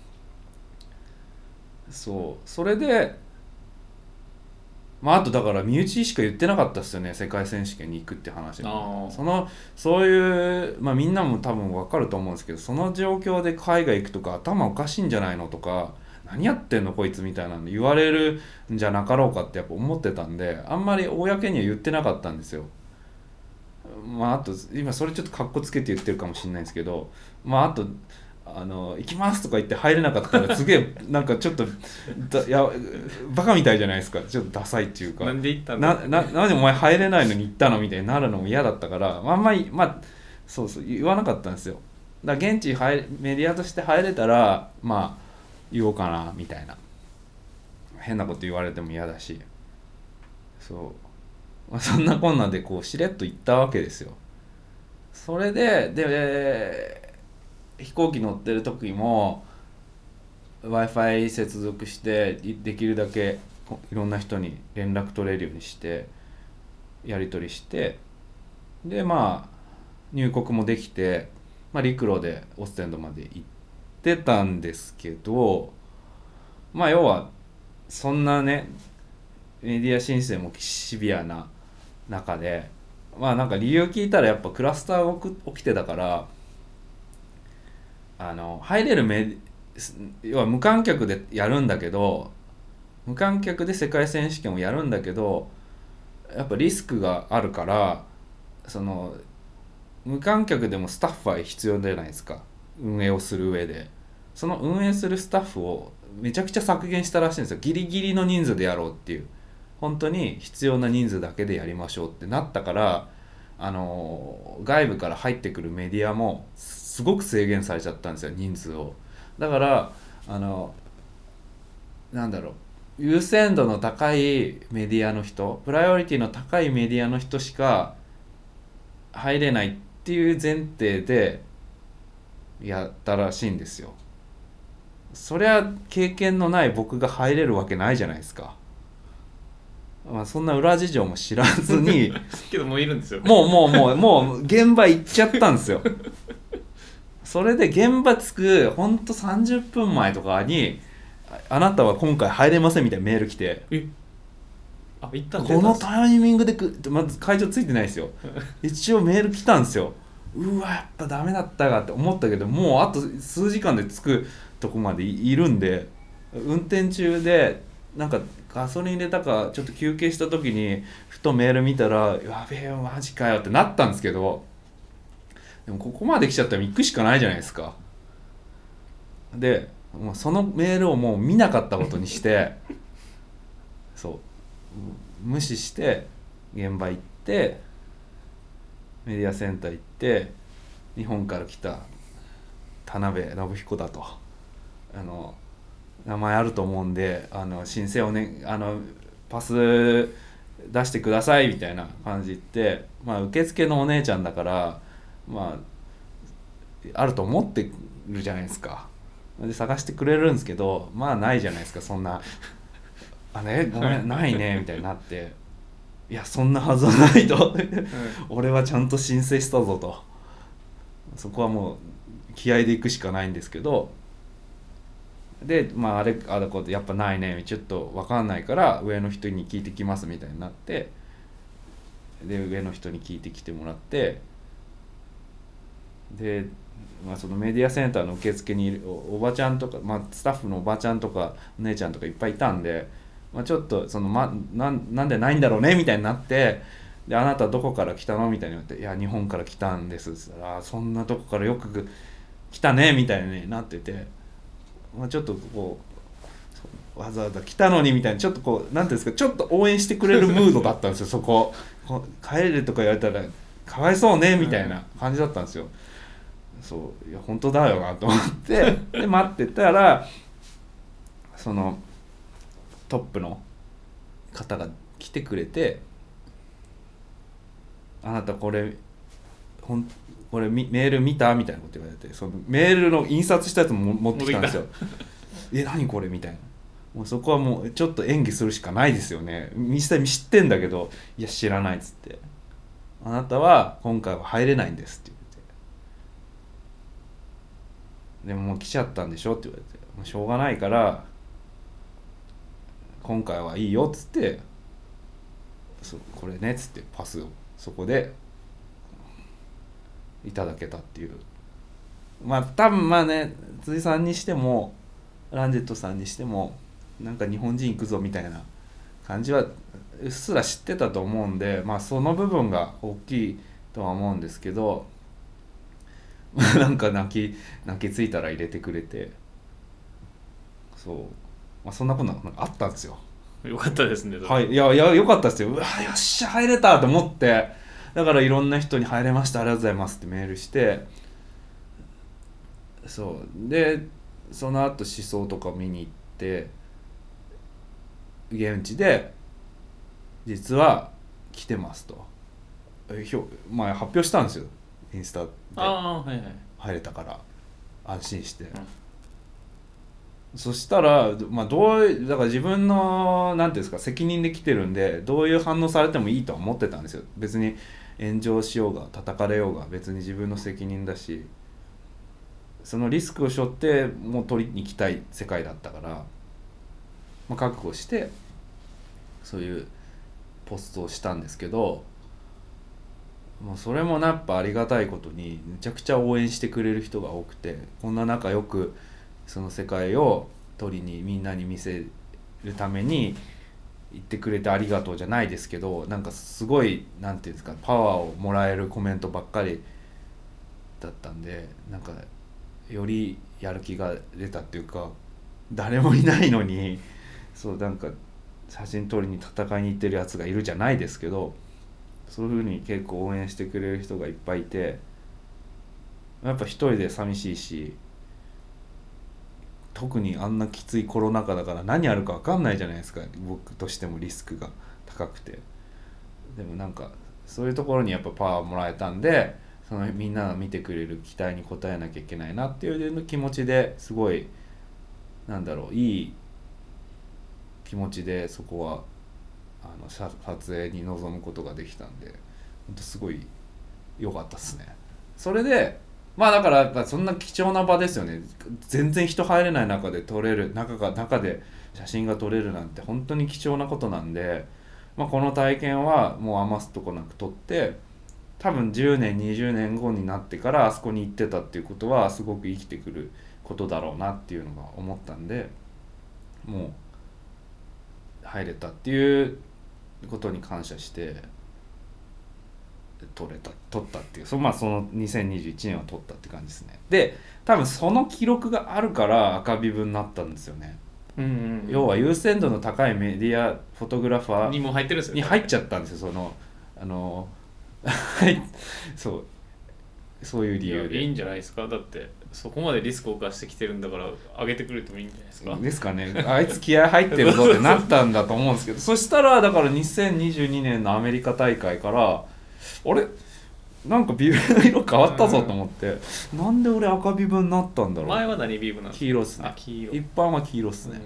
それでまああとだから身内しか言ってなかったですよね、世界選手権に行くって話。そういう、まあみんなも多分分かると思うんですけど、その状況で海外行くとか頭おかしいんじゃないのとか、何やってんのこいつみたいなの言われるんじゃなかろうかってやっぱ思ってたんで、あんまり公には言ってなかったんですよ。まああと今それちょっとカッコつけて言ってるかもしれないんですけど、まああと行きますとか言って入れなかったらすげえなんかちょっとバカみたいじゃないですか。ちょっとダサいっていうか、 なんで行ったの？ なんでお前入れないのに行ったのみたいになるのも嫌だったから、あんまりそう言わなかったんですよ。だから現地メディアとして入れたらまあ言おうかなみたいな、変なこと言われても嫌だし、そんなこんなでしれっと行ったわけですよ。それで飛行機乗ってる時も Wi-Fi 接続してできるだけいろんな人に連絡取れるようにしてやり取りして、でまあ入国もできて、まあ、陸路でオステンドまで行ってたんですけど、まあ要はそんなねメディア申請もシビアな中で、まあなんか理由聞いたらやっぱクラスターが起きてたから、入れる要は無観客でやるんだけど、無観客で世界選手権をやるんだけどやっぱリスクがあるから、その無観客でもスタッフは必要じゃないですか、運営をする上で。その運営するスタッフをめちゃくちゃ削減したらしいんですよ。ギリギリの人数でやろうっていう、本当に必要な人数だけでやりましょうってなったから、外部から入ってくるメディアもすごく制限されちゃったんですよ、人数を。だからなんだろう、優先度の高いメディアの人、プライオリティの高いメディアの人しか入れないっていう前提でやったらしいんですよ。そりゃ経験のない僕が入れるわけないじゃないですか。まあ、そんな裏事情も知らずにけどもういるんですよ。 もう現場行っちゃったんですよ。 それで現場着くほんと30分前とかにあなたは今回入れませんみたいなメール来て、 行ったんこのタイミングでまず会場ついてないですよ一応メール来たんですよ。うわやっぱダメだったかって思ったけど、もうあと数時間で着くとこまでいるんで、運転中でなんかガソリン入れたかちょっと休憩した時にふとメール見たらやべえよマジかよってなったんですけど、でもここまで来ちゃったら行くしかないじゃないですか。でもうそのメールをもう見なかったことにしてそう無視して現場行ってメディアセンター行って日本から来た田辺信彦だと名前あると思うんで申請をねパス出してくださいみたいな感じ言って、まあ受付のお姉ちゃんだからまああると思ってるじゃないですか。で探してくれるんですけど、まあないじゃないですかそんなごめんないねみたいになって、いやそんなはずはないと俺はちゃんと申請したぞと、そこはもう気合でいくしかないんですけど、でまああれことやっぱないねちょっと分かんないから上の人に聞いてきますみたいになって、で上の人に聞いてきてもらって、で、まあ、そのメディアセンターの受付にいるおばちゃんとか、まあ、スタッフのおばちゃんとかお姉ちゃんとかいっぱいいたんで、まあ、ちょっとなんでないんだろうねみたいになって、であなたどこから来たのみたいに言われて、いや日本から来たんですって言ったら、あそんなとこからよく来たねみたいになってて、まあ、ちょっとこうわざわざ来たのにみたいな、ちょっとこうなんていうんですか、ちょっと応援してくれるムードだったんですよそこ帰れとか言われたらかわいそうねみたいな感じだったんですよ。そういや本当だよなと思ってで待ってたらそのトップの方が来てくれて、あなたこれメール見たみたいなこと言われて、そのメールの印刷したやつも持ってきたんですよ何これみたいな、もうそこはもうちょっと演技するしかないですよね。実際知ってんだけど、いや知らないっつって、あなたは今回は入れないんですって言って、でももう来ちゃったんでしょって言われて、もうしょうがないから今回はいいよっつって、これねっつってパスをそこでいただけたっていう。まあ多分まあね、辻さんにしてもランジェットさんにしてもなんか日本人行くぞみたいな感じはうっすら知ってたと思うんで、まあその部分が大きいとは思うんですけど、なんか泣きついたら入れてくれて、そう、まあ、そんなことなんかあったんですよ。 よかったですね。 はい、いやよかったですよ。うわよっしゃ入れたと思って、だからいろんな人に入れましたありがとうございますってメールして、そうでその後思想とか見に行って現地で実は来てますとまあ発表したんですよインスタで。入れたから安心して、そしたら、まあ、だから自分のなんていうんですか責任で来てるんで、どういう反応されてもいいとは思ってたんですよ。別に炎上しようが叩かれようが別に自分の責任だし、そのリスクを背負ってもう取りに行きたい世界だったから、まあ、覚悟してそういうポストをしたんですけど、もうそれもやっぱありがたいことにめちゃくちゃ応援してくれる人が多くて、こんな仲良くその世界を取りにみんなに見せるために言ってくれてありがとうじゃないですけど、なんかすごいなんていうんですかパワーをもらえるコメントばっかりだったんで、なんかよりやる気が出たっていうか、誰もいないのにそうなんか写真撮りに戦いに行ってるやつがいるじゃないですけど、そういう風に結構応援してくれる人がいっぱいいて、やっぱ一人で寂しいし、特にあんなきついコロナ禍だから何あるか分かんないじゃないですか、僕としてもリスクが高くて。でもなんかそういうところにやっぱパワーもらえたんで、そのみんなが見てくれる期待に応えなきゃいけないなっていう気持ちですごいなんだろういい気持ちでそこは撮影に臨むことができたんで、本当すごい良かったですね。それでまあだからやっぱそんな貴重な場ですよね。全然人入れない中で撮れる、中で写真が撮れるなんて本当に貴重なことなんで、まあ、この体験はもう余すとこなく撮って、多分10年20年後になってからあそこに行ってたっていうことはすごく生きてくることだろうなっていうのが思ったんで、もう入れたっていうことに感謝して撮ったっていう、まあその2021年は撮ったって感じですね。で多分その記録があるから赤ビブになったんですよね。要は優先度の高いメディアフォトグラファーにも入ってるんですよに入っちゃったんですよ。はいそういう理由で。 いいんじゃないですか。だってそこまでリスクを冒してきてるんだから上げてくれてもいいんじゃないですか。 ですかね。あいつ気合入ってるぞってなったんだと思うんですけどそしたらだから2022年のアメリカ大会からあれなんかビブの色変わったぞと思って、なんで俺赤ビブになったんだろう。 前は何ビブなんですか。 黄色っすね。 あ、黄色。 一般は黄色っすね、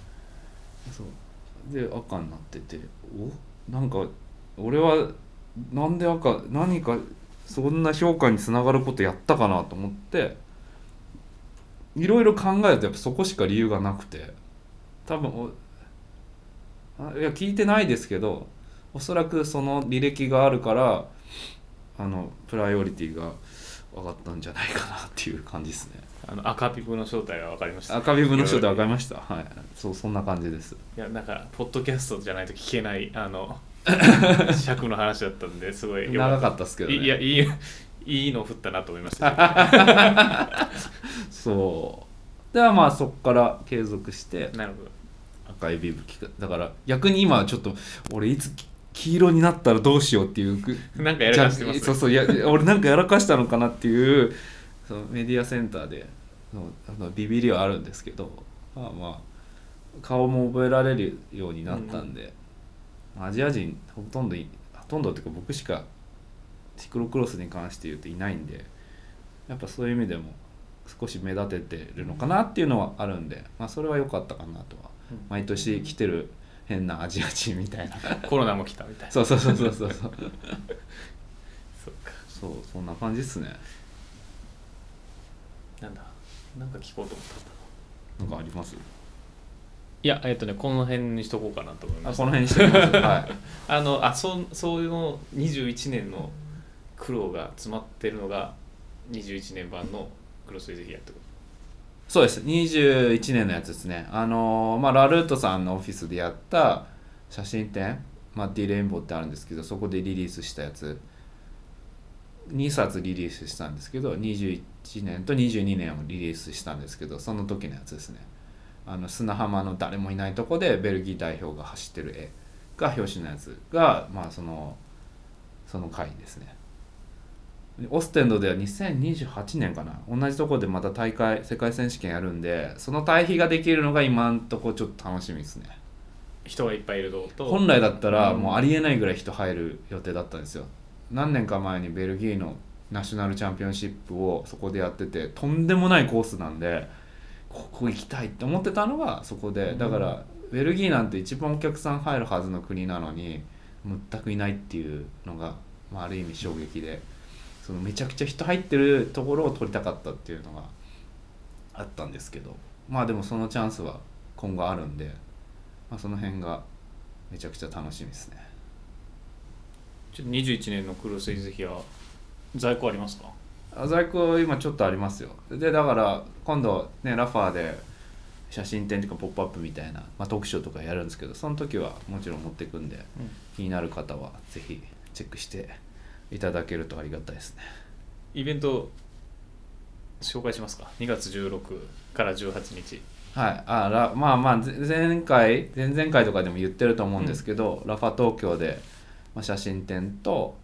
そうで赤になってて、なんか俺はなんで何かそんな評価につながることやったかなと思っていろいろ考えるとやっぱそこしか理由がなくて、多分いや聞いてないですけどおそらくその履歴があるからプライオリティが上がったんじゃないかなっていう感じですね。 赤ビブの正体が分かりました。 赤ビブの正体分かりました。はい、そんな感じです。 いやなんかポッドキャストじゃないと聞けない尺の話だったんですごい長かったですけどね。 いやいいの振ったなと思いましたそうではまあそこから継続してなるほど赤いビブだから逆に今ちょっと俺いつ黄色になったらどうしようっていうなんかやらかしてます、 そう俺なんかやらかしたのかなっていうそのメディアセンターでビビりはあるんですけど、まあ顔も覚えられるようになったんで、アジア人ほとんどっていうか僕しかシクロクロスに関して言うといないんで、やっぱそういう意味でも少し目立ててるのかなっていうのはあるんで、まあ、それは良かったかなとは、毎年来てる変なアジア人みたいなコロナも来たみたいなそうそっかそんな感じっすね。 なんか聞こうと思ったなんかあります？ いやこの辺にしとこうかなと思います。 この辺にしておきますはいそういうの21年の苦労が詰まってるのが21年版のクロスウィズヒアってこと。 そうです21年のやつですね。ラルートさんのオフィスでやった写真展マッティレインボーってあるんですけど、そこでリリースしたやつ2冊リリースしたんですけど、21年と22年をリリースしたんですけど、その時のやつですね。砂浜の誰もいないとこでベルギー代表が走ってる絵が表紙のやつが、その回ですね。オステンドでは2028年かな、同じとこでまた世界選手権やるんで、その対比ができるのが今んとこちょっと楽しみですね。 人がいっぱいいると本来だったらもうありえないぐらい人入る予定だったんですよ。何年か前にベルギーのナショナルチャンピオンシップをそこでやってて、とんでもないコースなんでここ行きたいって思ってたのがそこで、だからベルギーなんて一番お客さん入るはずの国なのに全くいないっていうのが、ある意味衝撃で、そのめちゃくちゃ人入ってるところを撮りたかったっていうのがあったんですけど、でもそのチャンスは今後あるんで、その辺がめちゃくちゃ楽しみですね。 ちょっと21年のクロスウィズヒア在庫ありますか？ 在庫今ちょっとありますよ。でだから今度ねラファーで写真展とかポップアップみたいな、トークショーとかやるんですけど、その時はもちろん持っていくんで、気になる方はぜひチェックしていただけるとありがたいですね。 イベント紹介しますか。2月16から18日。 はい、前々回とかでも言ってると思うんですけど、ラファ東京で、写真展と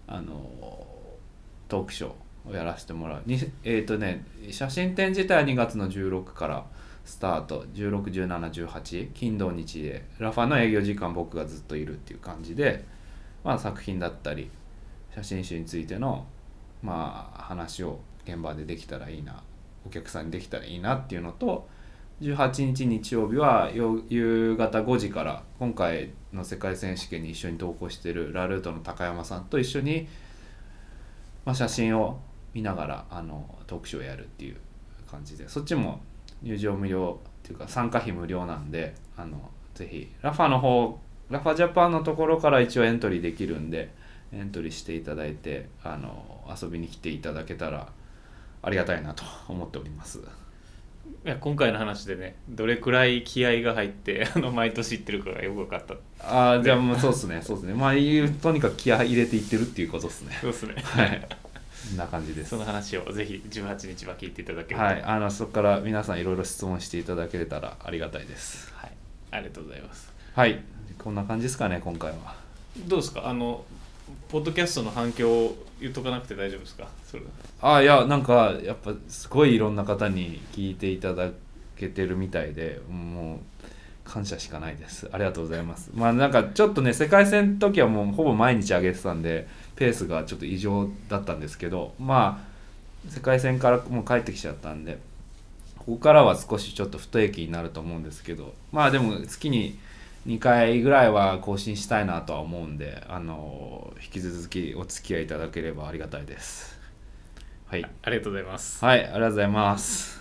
トークショーをやらせてもらう。写真展自体は2月の16からスタート、16、17、18金土日でラファの営業時間僕がずっといるっていう感じで、作品だったり写真集についての話を現場でできたらいいな、お客さんにできたらいいなっていうのと、18日日曜日は夕方5時から今回の世界選手権に一緒に同行しているラルートの高山さんと一緒に、写真を見ながらトークショーやるっていう感じで、そっちも入場無料っていうか参加費無料なんで、ぜひラファジャパンのところから一応エントリーできるんで、エントリーしていただいて遊びに来ていただけたらありがたいなと思っております。 いや今回の話でね、どれくらい気合が入って毎年行ってるかがよく分かった。 じゃあもうそうですねまあとにかく気合入れていってるっていうことですね。 そうですねはいこんな感じです。 その話をぜひ18日は聞いていただければ。 はい、そこから皆さんいろいろ質問していただけたらありがたいです。 はい、ありがとうございます。 はい、こんな感じですかね今回は。 どうですかポッドキャストの反響を言っとかなくて大丈夫ですか？それいやなんかやっぱすごいいろんな方に聞いていただけてるみたいで、もう感謝しかないです。ありがとうございます。まあなんかちょっとね世界戦の時はもうほぼ毎日上げてたんでペースがちょっと異常だったんですけど、まあ世界戦からもう帰ってきちゃったんで、ここからは少しちょっと不定期になると思うんですけど、まあでも月に2回ぐらいは更新したいなとは思うんで、引き続きお付き合いいただければありがたいです。はい、 ありがとうございます。 はい、ありがとうございます。